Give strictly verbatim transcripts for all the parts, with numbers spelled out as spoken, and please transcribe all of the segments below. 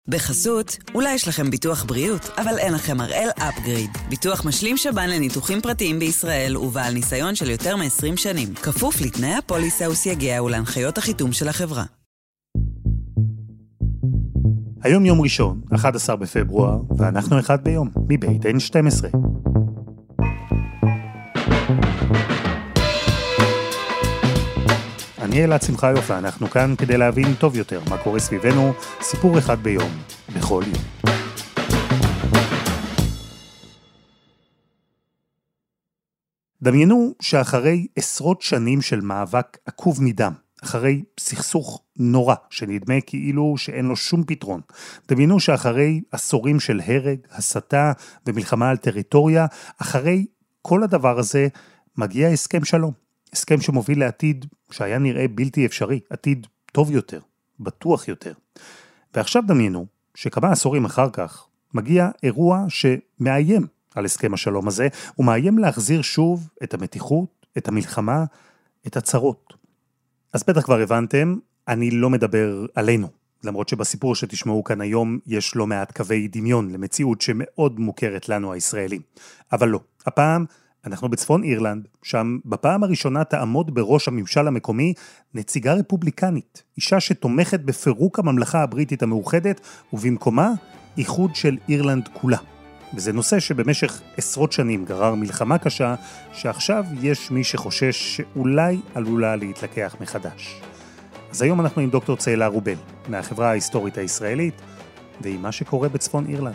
בחסות, אולי יש לכם ביטוח בריאות, אבל אין לכם הראל אפגריד. ביטוח משלים שב"ן לניתוחים פרטיים בישראל ובעל ניסיון של יותר מ-עשרים שנים. כפוף לתנאי הפוליסה וסייגיה ולהנחיות החיתום של החברה. היום יום ראשון, אחד עשר בפברואר, ואנחנו אחד ביום, מבית אן שתים עשרה. אני אלעד שמחיוף, ואנחנו כאן כדי להבין טוב יותר מה קורה סביבנו, סיפור אחד ביום, בכל יום. דמיינו שאחרי עשרות שנים של מאבק עקוב מדם, אחרי סכסוך נורא שנדמה כאילו שאין לו שום פתרון, דמיינו שאחרי עשורים של הרג, הסתה ומלחמה על טריטוריה, אחרי כל הדבר הזה מגיע הסכם שלום. הסכם שמוביל לעתיד שהיה נראה בלתי אפשרי, עתיד טוב יותר, בטוח יותר. ועכשיו דמיינו שכמה עשורים אחר כך מגיע אירוע שמאיים על הסכם השלום הזה, ומאיים להחזיר שוב את המתיחות, את המלחמה, את הצרות. אז בטח כבר הבנתם, אני לא מדבר עלינו, למרות שבסיפור שתשמעו כאן היום יש לא מעט קווי דמיון למציאות שמאוד מוכרת לנו הישראלים. אבל לא, הפעם אנחנו בצפון אירלנד, שם בפעם הראשונה תעמוד בראש הממשל המקומי נציגה רפובליקנית, אישה שתומכת בפירוק הממלכה הבריטית המאוחדת, ובמקומה איחוד של אירלנד כולה. וזה נושא שבמשך עשרות שנים גרר מלחמה קשה, שעכשיו יש מי שחושש שאולי עלולה להתלקח מחדש. אז היום אנחנו עם דוקטור צאלה רובל, מהחברה ההיסטורית הישראלית, ועם מה שקורה בצפון אירלנד.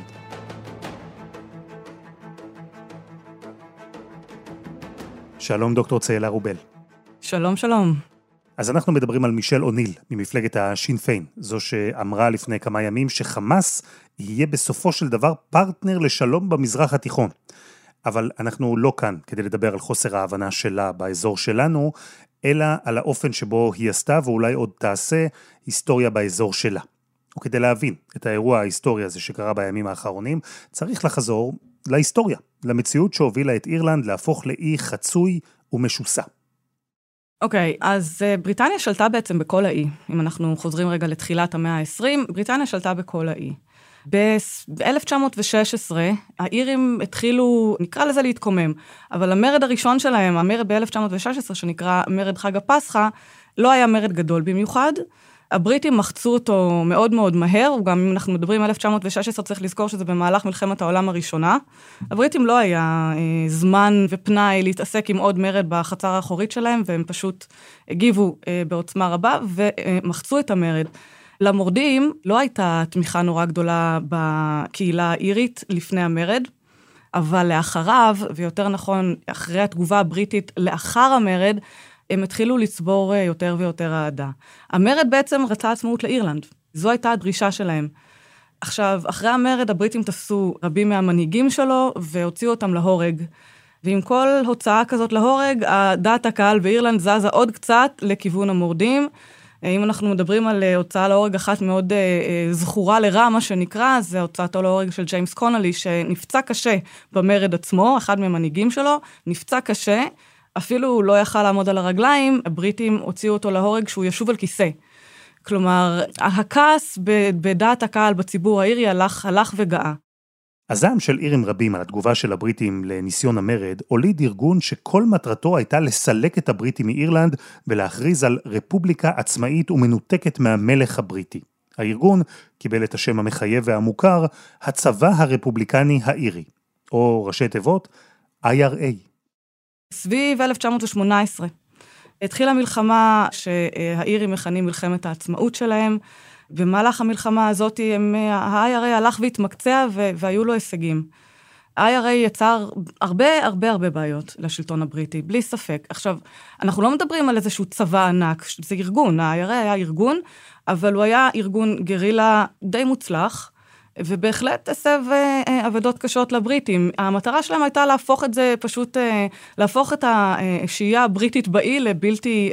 שלום דוקטור צאלה רובל. שלום, שלום. אז אנחנו מדברים על מישל אוניל, ממפלגת השין פיין, זו שאמרה לפני כמה ימים שחמאס יהיה בסופו של דבר פרטנר לשלום במזרח התיכון. אבל אנחנו לא כאן כדי לדבר על חוסר ההבנה שלה באזור שלנו, אלא על האופן שבו היא עשתה ואולי עוד תעשה היסטוריה באזור שלה. וכדי להבין את האירוע ההיסטורי הזה שקרה בימים האחרונים, צריך לחזור להיסטוריה, למציאות שהובילה את אירלנד להפוך לאי חצוי ומשוסע. אוקיי, okay, אז uh, בריטניה שלטה בעצם בכל האי. אם אנחנו חוזרים רגע לתחילת המאה ה-עשרים, בריטניה שלטה בכל האי. ב-אלף תשע מאות ושש עשרה, האירים התחילו, נקרא לזה להתקומם, אבל המרד הראשון שלהם, המרד ב-אלף תשע מאות ושש עשרה, שנקרא מרד חג הפסחא, לא היה מרד גדול במיוחד. הבריטים מחצו אותו מאוד מאוד מהר, וגם אם אנחנו מדברים על אלף תשע מאות ושש עשרה, צריך לזכור שזה במהלך מלחמת העולם הראשונה. הבריטים לא היה אה, זמן ופנאי להתעסק עם עוד מרד בחצר האחורית שלהם, והם פשוט הגיבו אה, בעוצמה רבה, ומחצו את המרד. למורדים לא הייתה תמיכה נורא גדולה בקהילה האירית לפני המרד, אבל לאחריו, ויותר נכון, אחרי התגובה הבריטית לאחר המרד, הם התחילו לצבור יותר ויותר העדה. המרד בעצם רצה עצמאות לאירלנד. זו הייתה הדרישה שלהם. עכשיו, אחרי המרד, הבריטים תפסו רבים מהמנהיגים שלו, והוציאו אותם להורג. ועם כל הוצאה כזאת להורג, דעת הקהל באירלנד זזה עוד קצת לכיוון המורדים. אם אנחנו מדברים על הוצאה להורג אחת מאוד זכורה לרע, מה שנקרא, זה הוצאתו להורג של ג'יימס קונלי, שנפצע קשה במרד עצמו, אחד מהמנהיגים שלו, נפצע קשה, אפילו הוא לא יכל לעמוד על הרגליים, הבריטים הוציאו אותו להורג שהוא ישוב על כיסא. כלומר, הכעס בדעת הקהל בציבור האירי הלך, הלך וגאה. הזעם של אירים רבים על התגובה של הבריטים לניסיון המרד, הוליד ארגון שכל מטרתו הייתה לסלק את הבריטים מאירלנד ולהכריז על רפובליקה עצמאית ומנותקת מהמלך הבריטי. הארגון קיבל את השם המחייב והמוכר, הצבא הרפובליקני האירי, או ראשי תיבות, איי אר איי. סביב אלף תשע מאות שמונה עשרה התחילה מלחמה שהאירים מכנים מלחמת העצמאות שלהם, במהלך המלחמה הזאת ה-איי אר איי הלך והתמקצע והיו לו הישגים. ה-איי אר איי יצר הרבה הרבה הרבה בעיות לשלטון הבריטי, בלי ספק. עכשיו, אנחנו לא מדברים על איזשהו צבא ענק, זה ארגון, ה-איי אר איי היה ארגון, אבל הוא היה ארגון גרילה די מוצלח, ובהחלט הסב עבודות קשות לבריטים. המטרה שלהם הייתה להפוך את זה, פשוט להפוך את השהייה הבריטית באי לבלתי,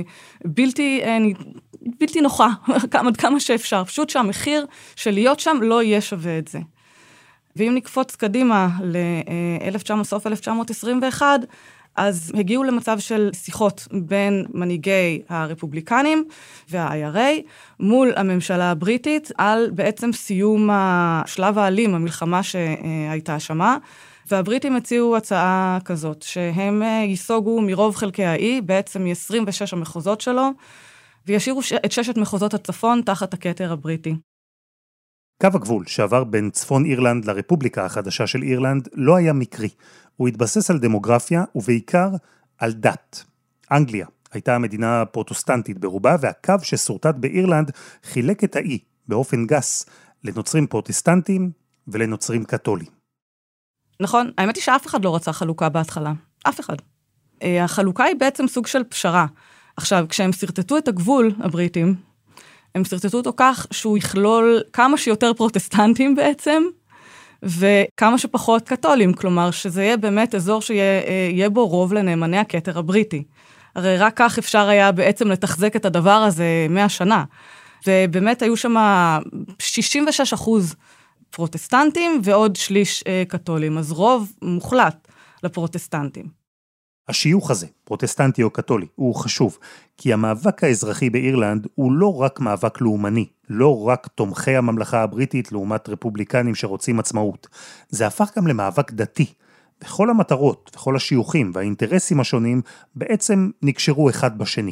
בלתי, בלתי נוחה, עד כמה שאפשר. פשוט שהמחיר של להיות שם לא יהיה שווה את זה. ואם נקפוץ קדימה לסוף אלף תשע מאות עשרים ואחת, אז הגיעו למצב של שיחות בין מנהיגי הרפובליקנים וה-איי אר איי מול הממשלה הבריטית על בעצם סיום השלב האלים, המלחמה שהייתה שמה, והבריטים הציעו הצעה כזאת, שהם ייסוגו מרוב חלקי האי, בעצם מ-עשרים ושש המחוזות שלו, וישירו את ששת מחוזות הצפון תחת הכתר הבריטי. קו הגבול שעבר בין צפון אירלנד לרפובליקה החדשה של אירלנד לא היה מקרי. הוא התבסס על דמוגרפיה ובעיקר על דת. אנגליה הייתה המדינה הפרוטסטנטית ברובה, והקו שסורטט באירלנד חילק את האי באופן גס לנוצרים פרוטסטנטים ולנוצרים קתולים. נכון, האמת היא שאף אחד לא רצה חלוקה בהתחלה. אף אחד. החלוקה היא בעצם סוג של פשרה. עכשיו, כשהם סרטטו את הגבול, הבריטים, הם סרטטו אותו כך שהוא יכלול כמה שיותר פרוטסטנטים בעצם, וכמה שפחות קתולים, כלומר שזה יהיה באמת אזור שיהיה בו רוב לנאמני הכתר הבריטי. הרי רק כך אפשר היה בעצם לתחזק את הדבר הזה מאה שנה. ובאמת היו שם שישים ושש אחוז פרוטסטנטים ועוד שליש קתולים, אז רוב מוחלט לפרוטסטנטים. השיוך הזה, פרוטסטנטי או קתולי, הוא חשוב, כי המאבק האזרחי באירלנד הוא לא רק מאבק לאומני, לא רק תומכי הממלכה הבריטית לעומת רפובליקנים שרוצים עצמאות. זה הפך גם למאבק דתי, וכל המטרות וכל השיוכים והאינטרסים השונים בעצם נקשרו אחד בשני.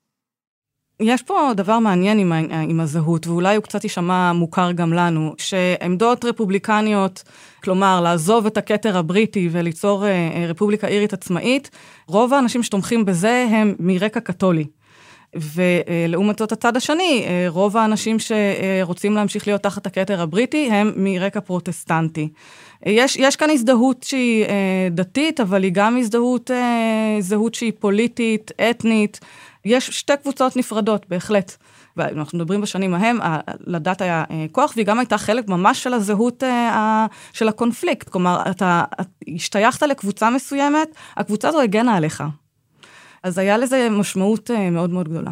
יש פה דבר מעניין עם, עם הזהות, ואולי הוא קצת יישמע מוכר גם לנו, שעמדות רפובליקניות, כלומר, לעזוב את הכתר הבריטי וליצור רפובליקה אירית עצמאית, רוב האנשים שתומכים בזה הם מרקע קתולי. ולעומת זאת הצד השני, רוב האנשים שרוצים להמשיך להיות תחת הכתר הבריטי הם מרקע פרוטסטנטי. יש, יש כאן הזדהות שהיא דתית, אבל היא גם הזדהות, זהות שהיא פוליטית, אתנית, יש שתי קבוצות נפרדות, בהחלט. ואנחנו מדברים בשנים ההם, לדת היה כוח, והיא גם הייתה חלק ממש של הזהות של הקונפליקט. כלומר, אתה השתייכת לקבוצה מסוימת, הקבוצה הזו הגנה עליך. אז היה לזה משמעות מאוד מאוד גדולה.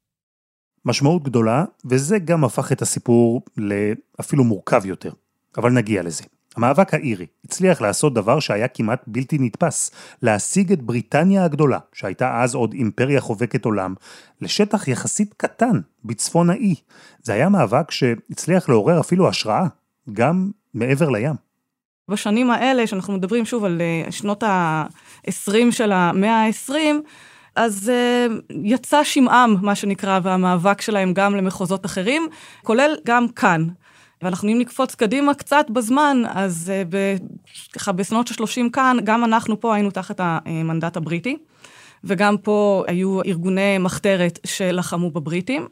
משמעות גדולה, וזה גם הפך את הסיפור לאפילו מורכב יותר. אבל נגיע לזה. המאבק האירי הצליח לעשות דבר שהיה כמעט בלתי נתפס, להשיג את בריטניה הגדולה, שהייתה אז עוד אימפריה חובקת עולם, לשטח יחסית קטן בצפון האי. זה היה מאבק שהצליח לעורר אפילו השראה, גם מעבר לים. בשנים האלה, שאנחנו מדברים שוב על שנות ה-עשרים של המאה ה-עשרים, אז uh, יצא שמעם, מה שנקרא, והמאבק שלהם גם למחוזות אחרים, כולל גם כאן. ואנחנו אם נקפוץ קדימה קצת בזמן, אז uh, ב, ככה בשנות ה-שלושים כאן, גם אנחנו פה היינו תחת המנדט הבריטי, וגם פה היו ארגוני מחתרת שלחמו בבריטים,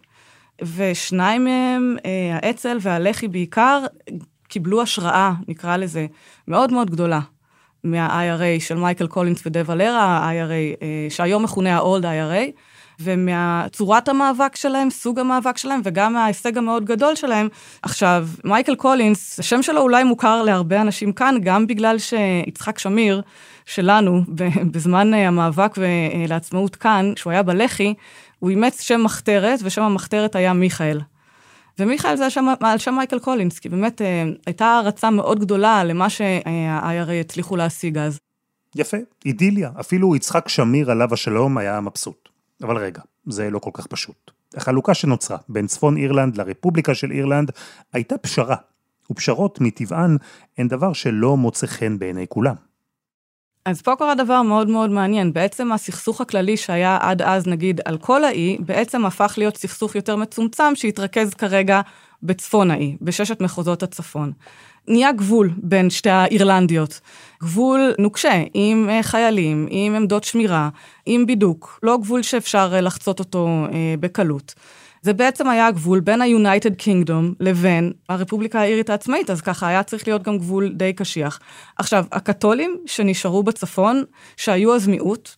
ושניים מהם, uh, האצ"ל והלח"י בעיקר, קיבלו השראה, נקרא לזה, מאוד מאוד גדולה, מה-איי אר איי של מייקל קולינס ודה ולרה, ה-איי אר איי, שהיום מכונה ה-Old איי אר איי, ומהצורת המאבק שלהם, סוג המאבק שלהם, וגם מההישג המאוד גדול שלהם. עכשיו, מייקל קולינס, השם שלו אולי מוכר להרבה אנשים כאן, גם בגלל שיצחק שמיר שלנו, בזמן המאבק לעצמאות כאן, שהוא היה בלח"י, הוא אימץ שם מחתרת, ושם המחתרת היה מיכאל. ומיכאל זה שם, על שם מייקל קולינס, כי באמת אה, הייתה הרצה מאוד גדולה למה שה-איי אר איי הצליחו להשיג אז. יפה, אידיליה, אפילו יצחק שמיר עליו השלום היה מבסוט. אבל רגע, זה לא כל כך פשוט. החלוקה שנוצרה בין צפון אירלנד לרפובליקה של אירלנד הייתה פשרה, ופשרות מטבען הן דבר שלא מוצא חן בעיני כולם. אז פה קורה דבר מאוד מאוד מעניין. בעצם הסכסוך הכללי שהיה עד אז, נגיד, על כל האי, בעצם הפך להיות סכסוך יותר מצומצם, שהתרכז כרגע בצפון האי, בששת מחוזות הצפון. נהיה גבול בין שתי האירלנדיות. גבול נוקשה, עם חיילים, עם עמדות שמירה, עם בידוק. לא גבול שאפשר לחצות אותו אה, בקלות. זה בעצם היה הגבול בין ה-United Kingdom לבין הרפובליקה האירית העצמאית, אז ככה היה צריך להיות גם גבול די קשיח. עכשיו, הקתולים שנשארו בצפון, שהיו אז מיעוט,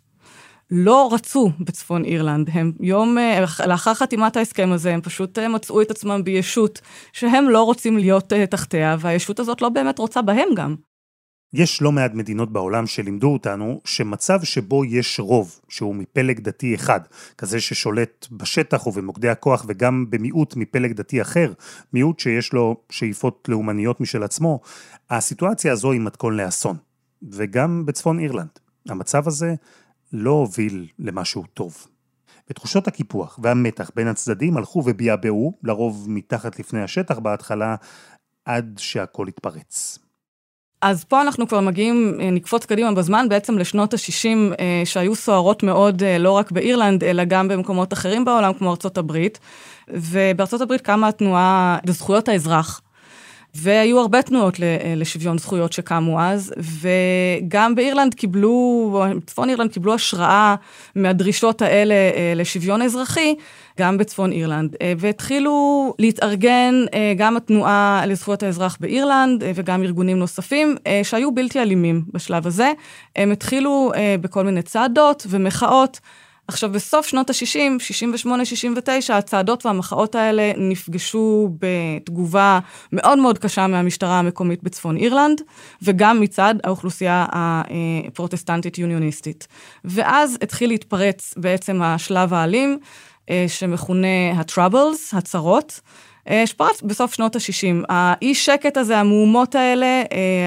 לא רצו בצפון אירלנד. הם יום, לאחר חתימת ההסכם הזה, הם פשוט מצאו את עצמם בישות, שהם לא רוצים להיות תחתיה, והישות הזאת לא באמת רוצה בהם גם. יש לא מעט מדינות בעולם שלימדו אותנו שמצב שבו יש רוב, שהוא מפלג דתי אחד, כזה ששולט בשטח ובמוקדי הכוח וגם במיעוט מפלג דתי אחר, מיעוט שיש לו שאיפות לאומניות משל עצמו, הסיטואציה הזו היא מתכון לאסון. וגם בצפון אירלנד. המצב הזה לא הוביל למשהו טוב. ותחושות הקיפוח והמתח בין הצדדים הלכו וביעבעו, לרוב מתחת לפני השטח בהתחלה, עד שהכל התפרץ. אז פה אנחנו כבר מגיעים, נקפוץ קדימה בזמן, בעצם לשנות ה-שישים, שהיו סוערות מאוד, לא רק באירלנד, אלא גם במקומות אחרים בעולם, כמו ארצות הברית. ובארצות הברית קמה התנועה לזכויות האזרח. והיו הרבה תנועות לשוויון זכויות שקמו אז, וגם באירלנד קיבלו, בצפון אירלנד קיבלו השראה מהדרישות האלה לשוויון אזרחי, גם בצפון אירלנד, והתחילו להתארגן גם התנועה לזכויות האזרח באירלנד, וגם ארגונים נוספים שהיו בלתי אלימים בשלב הזה. הם התחילו בכל מיני צעדות ומחאות, עכשיו, בסוף שנות ה-שישים, שישים ושמונה שישים ותשע, הצעדות והמחאות האלה נפגשו בתגובה מאוד מאוד קשה מהמשטרה המקומית בצפון אירלנד, וגם מצד האוכלוסייה הפרוטסטנטית יוניוניסטית. ואז התחיל להתפרץ בעצם השלב האלים, שמכונה ה-Troubles, הצרות, שפרץ בסוף שנות ה-שישים. האי שקט הזה, המהומות האלה,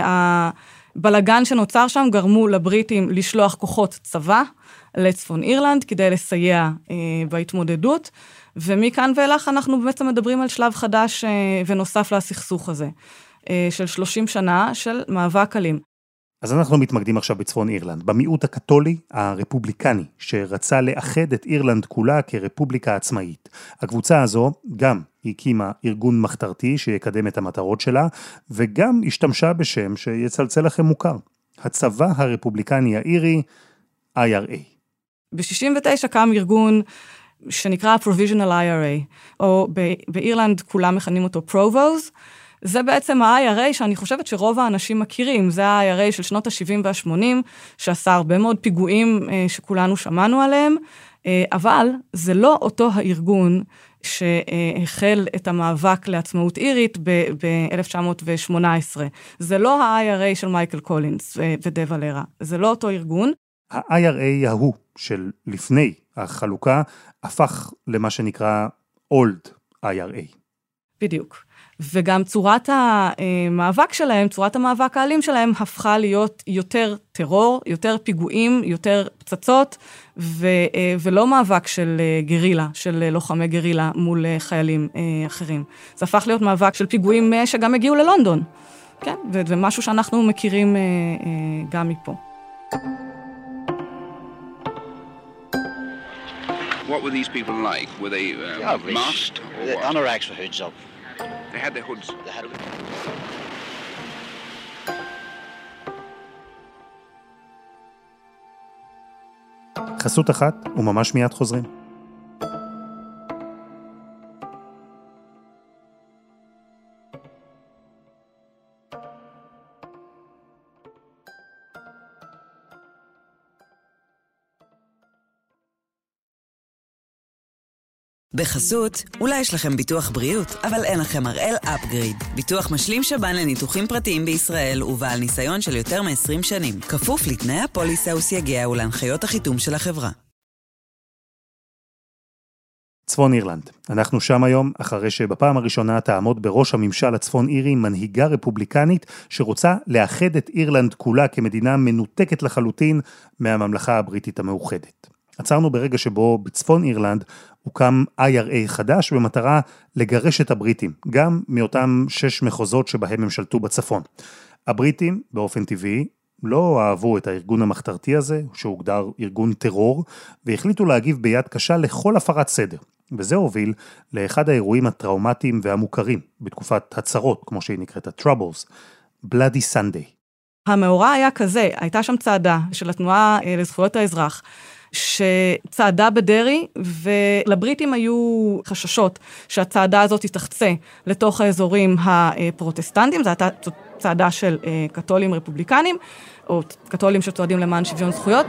הבלגן שנוצר שם, גרמו לבריטים לשלוח כוחות צבא, לצפון אירלנד, כדי לסייע אה, בהתמודדות, ומכאן ואילך אנחנו בעצם מדברים על שלב חדש אה, ונוסף לסכסוך הזה, אה, של שלושים שנה של מאבק אלים. אז אנחנו מתמקדים עכשיו בצפון אירלנד, במיעוט הקתולי הרפובליקני, שרצה לאחד את אירלנד כולה כרפובליקה עצמאית. הקבוצה הזו גם הקימה ארגון מחתרתי שיקדם את המטרות שלה, וגם השתמשה בשם שיצלצל לכם מוכר, הצבא הרפובליקני האירי, איי אר איי. ב-שישים ותשע קם ארגון שנקרא Provisional איי אר איי, או באירלנד כולם מכנים אותו Provos. זה בעצם ה-איי אר איי שאני חושבת שרוב האנשים מכירים. זה ה-איי אר איי של שנות ה-שבעים וה-שמונים, שעשה הרבה מאוד פיגועים שכולנו שמענו עליהם, אבל זה לא אותו הארגון שהחל את המאבק לעצמאות אירית ב-אלף תשע מאות שמונה עשרה. זה לא ה-איי אר איי של מייקל קולינס ודה ולרה. זה לא אותו ארגון. ה-איי אר איי ההוא של לפני החלוקה הפך למה שנקרא Old איי אר איי. בדיוק. וגם צורת המאבק שלהם, צורת המאבק האלים שלהם, הפכה להיות יותר טרור, יותר פיגועים, יותר פצצות, ו- ולא מאבק של גרילה, של לוחמי גרילה מול חיילים אחרים. זה הפך להיות מאבק של פיגועים שגם הגיעו ללונדון. כן? וזה משהו שאנחנו מכירים גם מפה. What were these people like? Were they um, masked or the what? anoraks were hoods up. They had their hoods. They had חסות אחת וממש מיד חוזרים. בחסות, אולי יש לכם ביטוח בריאות, אבל אין לכם הראל אפגריד. ביטוח משלים שב"ן לניתוחים פרטיים בישראל ובעל ניסיון של יותר מ-עשרים שנים. כפוף לתנאי הפוליסה וסייגיה ולהנחיות החיתום של החברה. צפון אירלנד. אנחנו שם היום אחרי שבפעם הראשונה תעמוד בראש הממשל הצפון אירי מנהיגה רפובליקנית שרוצה לאחד את אירלנד כולה כמדינה מנותקת לחלוטין מהממלכה הבריטית המאוחדת. עצרנו ברגע שבו בצפון אירלנד הוקם איי אר איי חדש במטרה לגרש את הבריטים, גם מאותם שש מחוזות שבהם הם שלטו בצפון. הבריטים, באופן טבעי, לא אהבו את הארגון המחתרתי הזה, שהוגדר ארגון טרור, והחליטו להגיב ביד קשה לכל הפרת סדר. וזה הוביל לאחד האירועים הטראומטיים והמוכרים, בתקופת הצרות, כמו שהיא נקראת ה-Troubles, Bloody Sunday. המאורע היה כזה, הייתה שם צעדה של התנועה לזכויות האזרח, שצעדה בדרי, ולבריטים היו חששות שהצעדה הזאת תחצה לתוך האזורים הפרוטסטנטיים, זו הייתה צעדה של קתולים רפובליקנים, או קתולים שצועדים למען שוויון זכויות.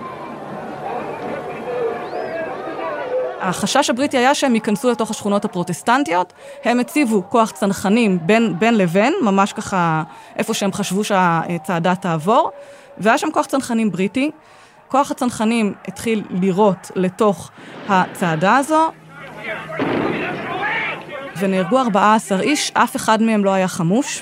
החשש הבריטי היה שהם ייכנסו לתוך השכונות הפרוטסטנטיות, הם הציבו כוח צנחנים בין, בין לבין, ממש ככה איפה שהם חשבו שהצעדה תעבור, והיה שם כוח צנחנים בריטי, כוח הצנחנים התחיל לירות לתוך הצעדה הזו, ונהרגו ארבעה עשר איש, אף אחד מהם לא היה חמוש,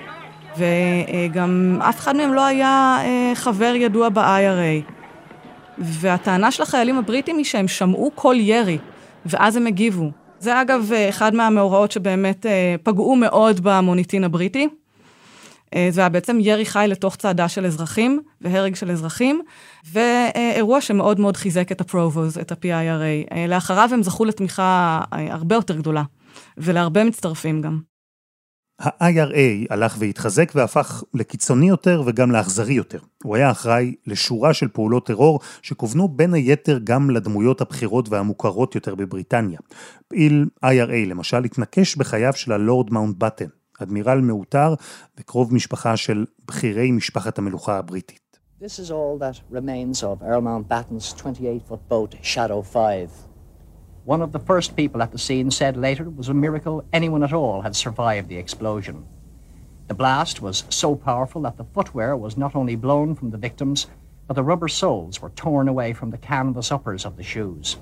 וגם אף אחד מהם לא היה חבר ידוע ב-איי אר איי. והטענה של החיילים הבריטים היא שהם שמעו כל ירי, ואז הם הגיבו. זה אגב אחד מהמאורעות שבאמת פגעו מאוד במוניטין הבריטי. זה היה בעצם ירי חי לתוך צעדה של אזרחים, והרג של אזרחים, ואירוע שמאוד מאוד חיזק את הפרובוז, את ה-פי איי אר איי. לאחריו הם זכו לתמיכה הרבה יותר גדולה, ולהרבה מצטרפים גם. ה-איי אר איי הלך והתחזק והפך לקיצוני יותר וגם לאכזרי יותר. הוא היה אחראי לשורה של פעולות טרור שכוונו בין היתר גם לדמויות הבחירות והמוכרות יותר בבריטניה. פעיל איי אר איי למשל התנקש בחייו של הלורד מאונטבטן, אדמירל מעוטר וקרוב משפחה של בכירי משפחת המלוכה הבריטית. This is all that remains of Earl Mountbatten's twenty-eight foot boat Shadow five. One of the first people at the scene said later it was a miracle anyone at all had survived the explosion. The blast was so powerful that the footwear was not only blown from the victims, but the rubber soles were torn away from the canvas uppers of the shoes.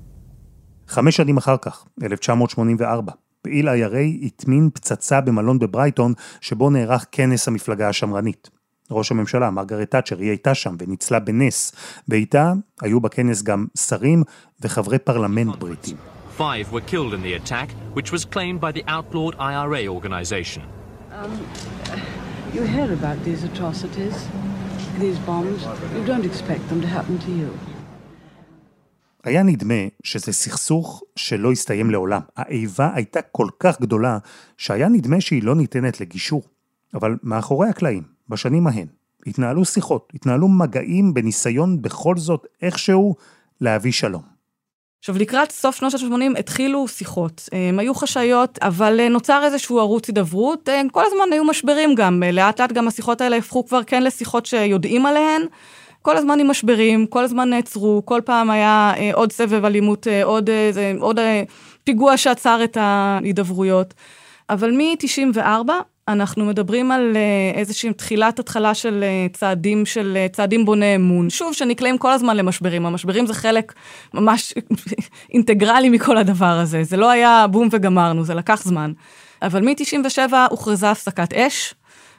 חמש שנים אחר כך, אלף תשע מאות שמונים וארבע, פעיל איי אר איי התמין פצצה במלון בברייטון, שבו נערך כנס המפלגה השמרנית. ראש הממשלה, מרגרט תאצ'ר, היא הייתה שם וניצלה בנס, ואיתה היו בכנס גם שרים וחברי פרלמנט בריטים. Five were killed in the attack, which was claimed by the outlawed איי אר איי organization. Um, you hear about these atrocities, these bombs. You don't expect them to happen to you. היה נדמה שזה סכסוך שלא הסתיים לעולם. האיבה הייתה כל כך גדולה שהיה נדמה שהיא לא ניתנת לגישור. אבל מאחורי הקלעים, בשנים ההן, התנהלו שיחות, התנהלו מגעים בניסיון בכל זאת איכשהו להביא שלום. עכשיו, לקראת סוף שנות ה-שמונים התחילו שיחות. הם היו חשאיות, אבל נוצר איזשהו ערוץ הידברות. כל הזמן היו משברים גם. לאט לאט גם השיחות האלה הפכו כבר כן לשיחות שיודעים עליהן. כל הזמן עם משברים, כל הזמן נעצרו, כל פעם היה עוד סבב אלימות, עוד, עוד פיגוע שעצר את ההידברויות. אבל מ-תשעים וארבע אנחנו מדברים על איזושהי תחילת התחלה של צעדים, של צעדים בוני אמון. שוב, שנקלעים כל הזמן למשברים. המשברים זה חלק ממש אינטגרלי מכל הדבר הזה. זה לא היה בום וגמרנו, זה לקח זמן. אבל מ-תשעים ושבע הוכרזה הפסקת אש,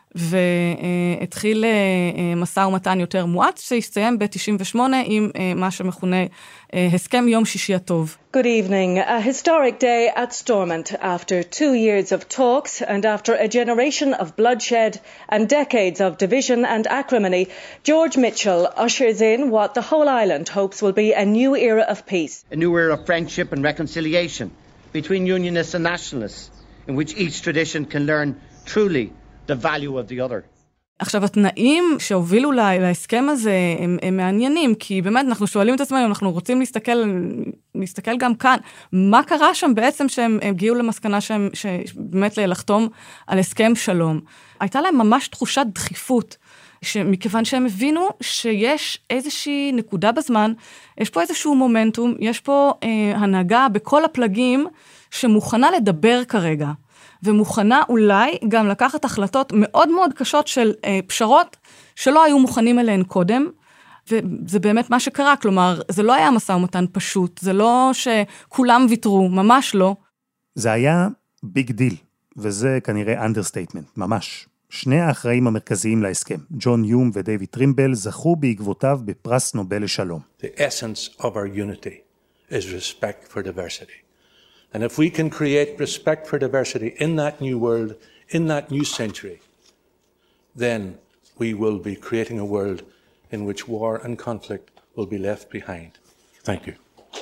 והתחיל מסע ומתן יותר מועט, שהסתיים ב-תשעים ושמונה עם מה שמכונה הסכם יום שישי הטוב. Good evening. A historic day at Stormont after two years of talks and after a generation of bloodshed and decades of division and acrimony, George Mitchell ushers in what the whole island hopes will be a new era of peace. A new era of friendship and reconciliation between Unionists and Nationalists, in which each tradition can learn truly the value of the other. עכשיו, התנאים שהובילו לה, להסכם הזה הם, הם מעניינים, כי באמת אנחנו שואלים את עצמנו, אנחנו רוצים להסתכל, להסתכל גם כאן, מה קרה שם בעצם שהם הגיעו למסקנה שהם, שבאמת לחתום על הסכם שלום. הייתה להם ממש תחושת דחיפות, שמכיוון שהם הבינו שיש איזושהי נקודה בזמן, יש פה איזשהו מומנטום, יש פה אה, הנהגה בכל הפלגים שמוכנה לדבר כרגע. ומוכנה אולי גם לקחת החלטות מאוד מאוד קשות של אה, פשרות שלא היו מוכנים אליהן קודם, וזה באמת מה שקרה, כלומר, זה לא היה משא ומתן פשוט, זה לא שכולם ויתרו, ממש לא. זה היה ביג דיל, וזה כנראה אנדרסטייטמנט, ממש. שני האחראים המרכזיים להסכם, ג'ון יום ודייוויד טרימבל, זכו בעקבותיו בפרס נובל לשלום. The essence of our unity is respect for diversity. And if we can create respect for diversity in that new world, in that new century, then we will be creating a world in which war and conflict will be left behind. Thank you.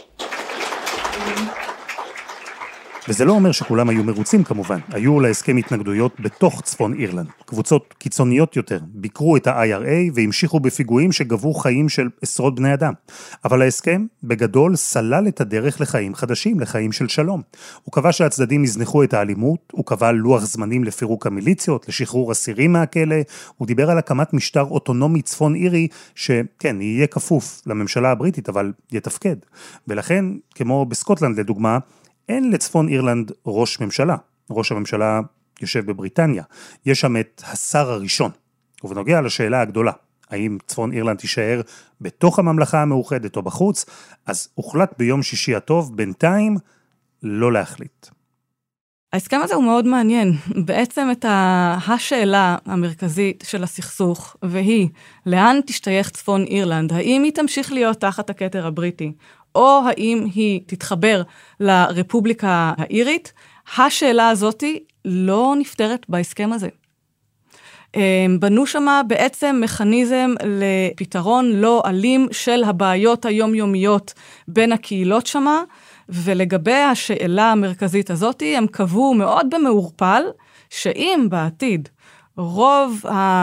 וזה לא אומר שכולם היו מרוצים כמובן. היו להסכם התנגדויות בתוך צפון אירלנד. קבוצות קיצוניות יותר ביקרו את ה-איי אר איי והמשיכו בפיגועים שגבו חיים של עשרות בני אדם. אבל ההסכם בגדול סלל את הדרך לחיים חדשים, לחיים של שלום. הוא קבע שהצדדים יזנחו את האלימות, הוא קבע לוח זמנים לפירוק המיליציות, לשחרור אסירים מהכלא, הוא דיבר על הקמת משטר אוטונומי צפון אירי, שכן, יהיה כפוף לממשלה הבריטית, אבל יתפקד. ולכן, כמו בסקוטלנד לדוגמה, אין לצפון אירלנד ראש ממשלה. ראש הממשלה יושב בבריטניה. יש שם את השר הראשון. ובנוגע לשאלה הגדולה, האם צפון אירלנד תישאר בתוך הממלכה המאוחדת או בחוץ, אז הוחלט ביום שישי הטוב בינתיים לא להחליט. ההסכם הזה הוא מאוד מעניין. בעצם את השאלה המרכזית של הסכסוך, והיא, לאן תשתייך צפון אירלנד? האם היא תמשיך להיות תחת הכתר הבריטי, או האם היא תתחבר לרפובליקה האירית? השאלה הזאת לא נפתרת בהסכם הזה. בנו שמה בעצם מכניזם לפתרון לא אלים של הבעיות היומיומיות בין הקהילות שמה, ולגבי השאלה המרכזית הזאת, הם קבעו מאוד במעורפל, שאם בעתיד רוב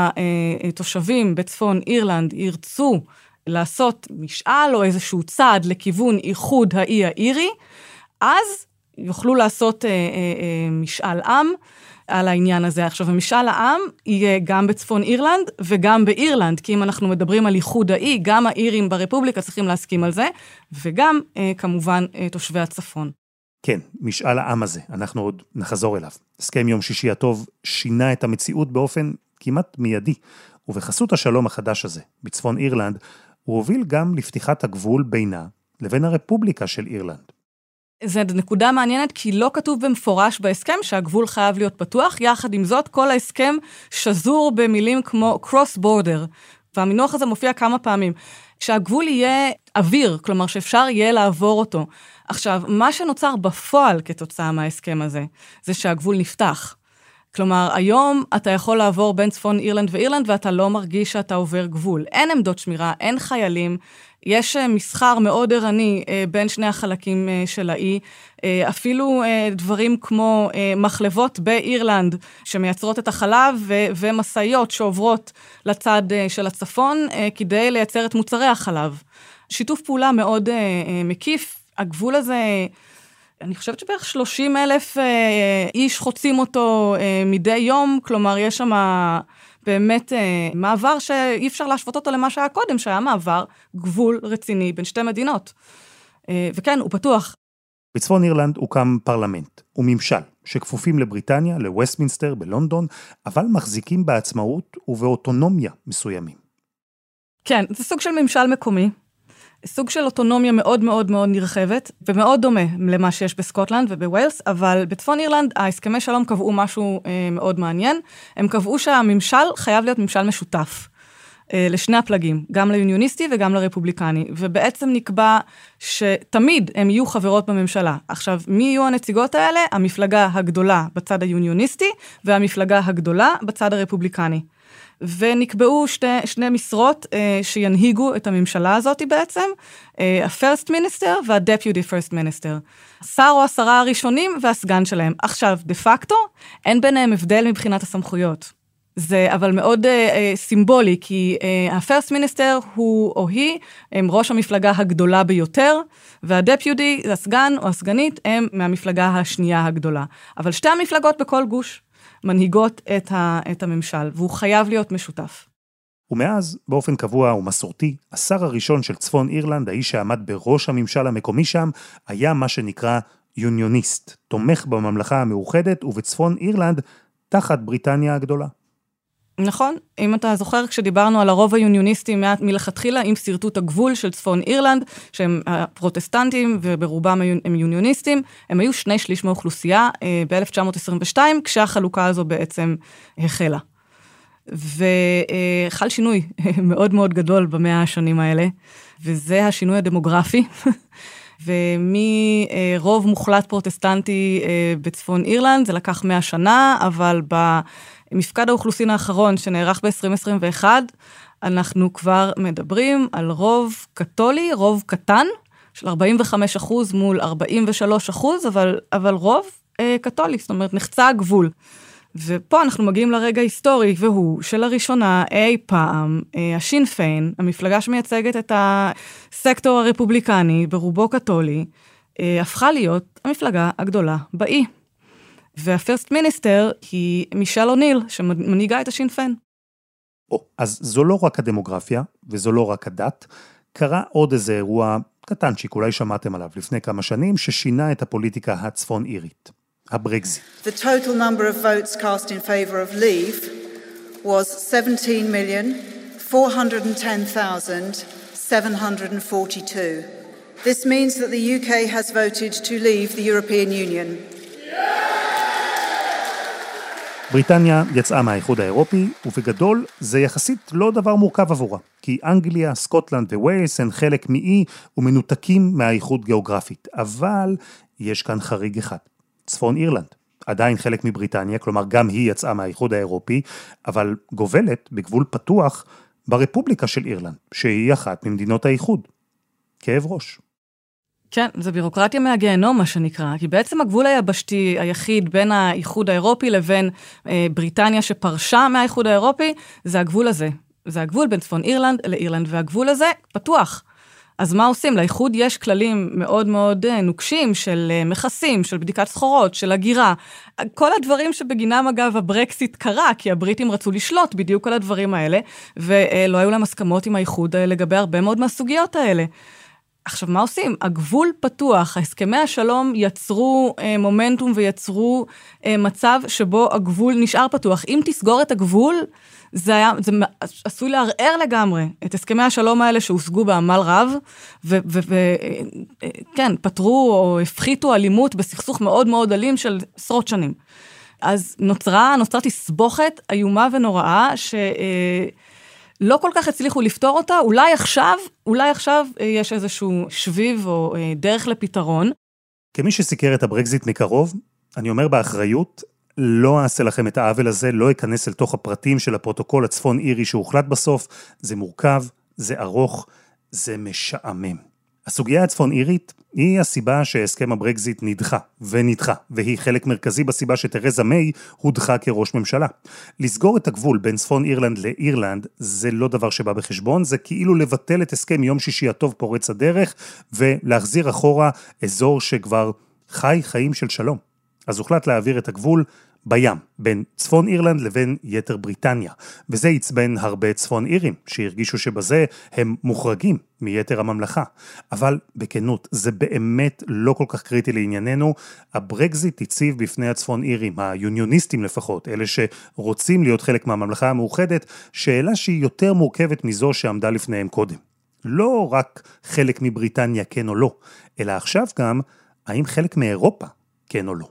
התושבים בצפון אירלנד ירצו לעשות משאל או איזשהו צעד לכיוון איחוד האי האירי, אז יוכלו לעשות משאל עם על העניין הזה. עכשיו, המשאל העם יהיה גם בצפון אירלנד וגם באירלנד, כי אם אנחנו מדברים על איחוד האי, גם האירים ברפובליקה צריכים להסכים על זה, וגם כמובן תושבי הצפון. כן, משאל העם הזה, אנחנו עוד נחזור אליו. הסכם יום שישי הטוב שינה את המציאות באופן כמעט מיידי, ובחסות השלום החדש הזה, בצפון אירלנד, הוא הוביל גם לפתיחת הגבול בינה לבין הרפובליקה של אירלנד. זו נקודה מעניינת, כי לא כתוב במפורש בהסכם שהגבול חייב להיות פתוח, יחד עם זאת, כל ההסכם שזור במילים כמו cross border, והמינוח הזה מופיע כמה פעמים, שהגבול יהיה אוויר, כלומר שאפשר יהיה לעבור אותו. עכשיו, מה שנוצר בפועל כתוצאה מההסכם הזה, זה שהגבול נפתח. כלומר, היום אתה יכול לעבור בין צפון אירלנד ואירלנד, ואתה לא מרגיש שאתה עובר גבול. אין עמדות שמירה, אין חיילים, יש מסחר מאוד ערני בין שני החלקים של האי, אפילו דברים כמו מחלבות באירלנד, שמייצרות את החלב, ומסעיות שעוברות לצד של הצפון, כדי לייצר את מוצרי החלב. שיתוף פעולה מאוד מקיף, הגבול הזה, אני חושבת שבערך שלושים אלף איש חוצים אותו מדי יום, כלומר יש שם באמת מעבר שאי אפשר להשוות אותו למה שהיה קודם, שהיה מעבר גבול רציני בין שתי מדינות. וכן, הוא פתוח. בצפון אירלנד הוקם פרלמנט וממשל, שכפופים לבריטניה, לווסטמינסטר בלונדון, אבל מחזיקים בעצמאות ובאוטונומיה מסוימים. כן, זה סוג של ממשל מקומי, סוג של אוטונומיה מאוד מאוד מאוד נרחבת, ומאוד דומה למה שיש בסקוטלנד ובווילס, אבל בצפון אירלנד, ההסכמי שלום קבעו משהו אה, מאוד מעניין, הם קבעו שהממשל חייב להיות ממשל משותף, אה, לשני הפלגים, גם ליוניוניסטי וגם לרפובליקני, ובעצם נקבע שתמיד הם יהיו חברות בממשלה. עכשיו, מי יהיו הנציגות האלה? המפלגה הגדולה בצד היוניוניסטי, והמפלגה הגדולה בצד הרפובליקני. ונקבעו שתי, שני משרות אה, שינהיגו את הממשלה הזאת בעצם, אה, ה-First Minister וה-Deputy First Minister. השר או השרה הראשונים והסגן שלהם. עכשיו, דה פקטו, אין ביניהם הבדל מבחינת הסמכויות. זה אבל מאוד אה, אה, סימבולי, כי אה, ה-First Minister הוא או היא, הם ראש המפלגה הגדולה ביותר, וה-Deputy, הסגן או הסגנית, הם מהמפלגה השנייה הגדולה. אבל שתי המפלגות בכל גוש. מנהיגות את, ה, את הממשל, והוא חייב להיות משותף. ומאז, באופן קבוע ומסורתי, השר הראשון של צפון אירלנד, האיש שעמד בראש הממשל המקומי שם, היה מה שנקרא יוניוניסט, תומך בממלכה המאוחדת, ובצפון אירלנד, תחת בריטניה הגדולה. נכון, אם אתה זוכר, כשדיברנו על הרוב היוניוניסטי מלכתחילה, עם סרטוט הגבול של צפון אירלנד, שהם הפרוטסטנטים וברובם הם יוניוניסטים, הם היו שני שליש מהאוכלוסייה ב-אלף תשע מאות עשרים ושתיים, כשהחלוקה הזו בעצם החלה. וחל שינוי מאוד מאוד גדול במאה השנים האלה, וזה השינוי הדמוגרפי, ומרוב מוחלט פרוטסטנטי בצפון אירלנד, זה לקח מאה שנה, אבל ב... מפקד האוכלוסין האחרון שנערך ב-עשרים עשרים ואחת, אנחנו כבר מדברים על רוב קתולי, רוב קטן, של ארבעים וחמישה אחוז מול ארבעים ושלושה אחוז, אבל, אבל רוב אה, קתולי, זאת אומרת, נחצה הגבול. ופה אנחנו מגיעים לרגע היסטורי, והוא שלראשונה אי פעם, אה, השין פיין, המפלגה שמייצגת את הסקטור הרפובליקני, ברובו קתולי, אה, הפכה להיות המפלגה הגדולה באי. והפרסט מיניסטר היא מישל אוניל, שמנהיגה את השין פיין. או, אז זו לא רק הדמוגרפיה, וזו לא רק הדת, קרה עוד איזה אירוע קטנצ'יק, אולי שמעתם עליו לפני כמה שנים, ששינה את הפוליטיקה הצפון אירית, הברקזיט. The total number of votes cast in favor of leave was seventeen million four hundred ten thousand seven hundred forty-two. This means that the U K has voted to leave the European Union. בריטניה יצאה מהאיחוד האירופי, ובגדול זה יחסית לא דבר מורכב עבורה, כי אנגליה, סקוטלנד וווילס הן חלק מאי ומנותקים מהאיחוד גיאוגרפית, אבל יש כאן חריג אחד, צפון אירלנד. עדיין חלק מבריטניה, כלומר גם היא יצאה מהאיחוד האירופי, אבל גובלת בגבול פתוח ברפובליקה של אירלנד, שהיא אחת ממדינות האיחוד. כאב ראש. כן, זה בירוקרטיה מהגיהנום, מה שנקרא, כי בעצם הגבול היבשתי היחיד בין האיחוד האירופי לבין אה, בריטניה שפרשה מהאיחוד האירופי, זה הגבול הזה. זה הגבול בין צפון אירלנד לאירלנד, והגבול הזה פתוח. אז מה עושים? לאיחוד יש כללים מאוד מאוד נוקשים של מכסים, של בדיקת סחורות, של הגירה. כל הדברים שבגינם אגב הברקסיט קרה, כי הבריטים רצו לשלוט בדיוק על הדברים האלה, ולא היו להם הסכמות עם האיחוד לגבי הרבה מאוד מהסוגיות האלה. עכשיו, מה עושים? הגבול פתוח, הסכמי השלום יצרו אה, מומנטום ויצרו אה, מצב שבו הגבול נשאר פתוח. אם תסגור את הגבול, זה, היה, זה עשוי לערער לגמרי את הסכמי השלום האלה שהושגו בעמל רב, וכן, פתרו או הפחיתו אלימות בסכסוך מאוד מאוד אלים של עשרות שנים. אז נוצרה, נוצרה תסבוכת איומה ונוראה, ש... אה, לא כל כך הצליחו לפתור אותה, אולי עכשיו, אולי עכשיו יש איזשהו שביב או דרך לפתרון. כמי שסיקר את הברקזיט מקרוב, אני אומר באחריות, לא אעשה לכם את העוול הזה, לא אכנס אל תוך הפרטים של הפרוטוקול הצפון אירי שהוחלט בסוף, זה מורכב, זה ארוך, זה משעמם. הסוגיה הצפון אירית היא הסיבה שהסכם הברקזיט נדחה ונדחה, והיא חלק מרכזי בסיבה שתרזה מיי הודחה כראש ממשלה. לסגור את הגבול בין צפון אירלנד לאירלנד זה לא דבר שבא בחשבון, זה כאילו לבטל את הסכם יום שישי הטוב פורץ הדרך, ולהחזיר אחורה אזור שכבר חי חיים של שלום. אז הוחלט להעביר את הגבול בים, בין צפון אירלנד לבין יתר בריטניה, וזה יצבן הרבה צפון אירים, שהרגישו שבזה הם מוחרגים מיתר הממלכה. אבל בכנות, זה באמת לא כל כך קריטי לענייננו, הברקזיט הציב בפני הצפון אירים, היוניוניסטים לפחות, אלה שרוצים להיות חלק מהממלכה המאוחדת, שאלה שהיא יותר מורכבת מזו שעמדה לפניהם קודם. לא רק חלק מבריטניה כן או לא, אלא עכשיו גם, האם חלק מאירופה כן או לא.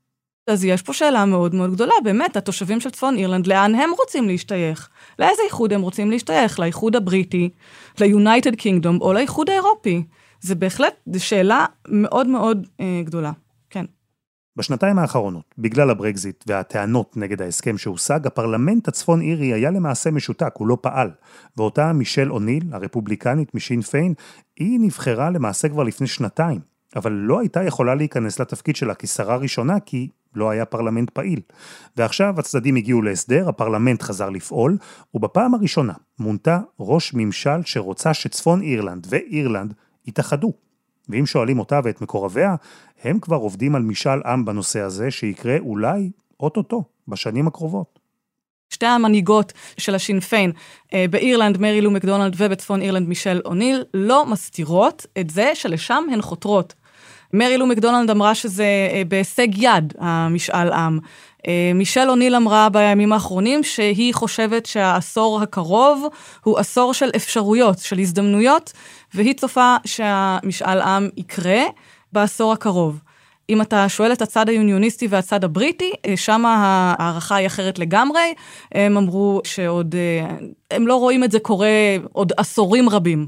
אז יש פה שאלה מאוד מאוד גדולה, באמת, התושבים של צפון אירלנד, לאן הם רוצים להשתייך? לאיזה איחוד הם רוצים להשתייך? לאיחוד הבריטי, ליונייטד קינגדום, או לאיחוד האירופי? זה בהחלט שאלה מאוד מאוד אה, גדולה, כן. בשנתיים האחרונות, בגלל הברקזיט והטענות נגד ההסכם שהושג, הפרלמנט הצפון אירי היה למעשה משותק, הוא לא פעל. ואותה מישל אוניל, הרפובליקנית משין פיין, היא נבחרה למעשה כבר לפני שנתיים, אבל לא הייתה יכולה להיכנס לתפקיד שלה כשרה ראשונה, כי לא היה פרלמנט פעיל. ועכשיו הצדדים הגיעו להסדר, הפרלמנט חזר לפעול, ובפעם הראשונה מונתה ראש ממשל שרוצה שצפון אירלנד ואירלנד יתאחדו. ואם שואלים אותה ואת מקורביה, הם כבר עובדים על משאל עם בנושא הזה, שיקרה אולי אוטוטו בשנים הקרובות. שתי המנהיגות של השין פיין, באירלנד מרי לו מקדונלד ובצפון אירלנד מישל אוניל, לא מסתירות את זה שלשם הן חותרות. מרי לו מקדונלד אמרה שזה בהישג יד, המשאל עם. מישל אוניל אמרה בימים האחרונים שהיא חושבת שהעשור הקרוב הוא עשור של אפשרויות, של הזדמנויות, והיא צופה שהמשאל עם יקרה בעשור הקרוב. אם אתה שואל את הצד היוניוניסטי והצד הבריטי, שם הערכה היא אחרת לגמרי, הם אמרו שעוד, הם לא רואים את זה קורה עוד עשורים רבים.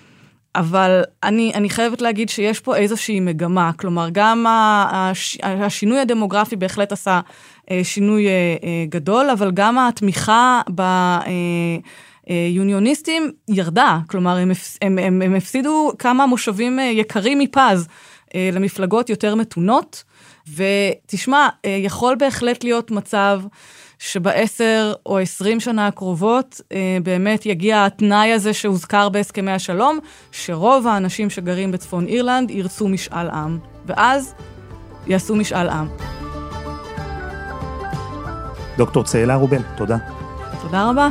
אבל אני, אני חייבת להגיד שיש פה איזושהי מגמה, כלומר גם הש, השינוי הדמוגרפי בהחלט עשה שינוי גדול, אבל גם התמיכה ביוניוניסטים ירדה, כלומר הם, הם, הם, הם הפסידו כמה מושבים יקרים מפז למפלגות יותר מתונות, ותשמע, יכול בהחלט להיות מצב שבעשר או עשרים שנה הקרובות באמת יגיע התנאי הזה שהוזכר בהסכמי השלום, שרוב האנשים שגרים בצפון אירלנד ירצו משאל עם, ואז יעשו משאל עם. דוקטור צאלה רובל, תודה. תודה רבה.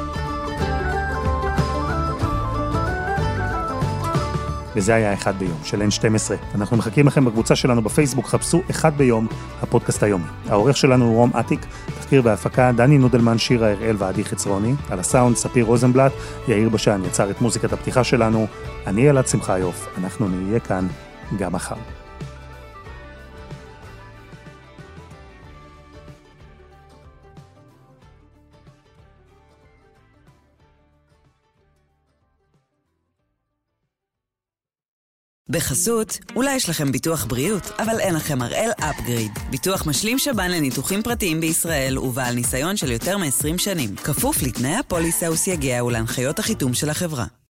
וזה היה אחד ביום של אן שתים עשרה. אנחנו מחכים לכם בקבוצה שלנו בפייסבוק, חפשו אחד ביום, הפודקאסט היומי. העורך שלנו הוא רום עתיק, תחקיר בהפקה דני נודלמן, שירה הראל ועדי חצרוני, על הסאונד ספיר רוזנבלט, יאיר בשן יצר את מוזיקת הפתיחה שלנו, אני אלעד שמחיוף, אנחנו נהיה כאן גם מחר. בחסות, אולי יש לכם ביטוח בריאות, אבל אין לכם הראל אפגריד. ביטוח משלים שב"ן לניתוחים פרטיים בישראל ובעל ניסיון של יותר מ-עשרים שנים. כפוף לתנאי הפוליסה וסייגיה ולהנחיות החיתום של החברה.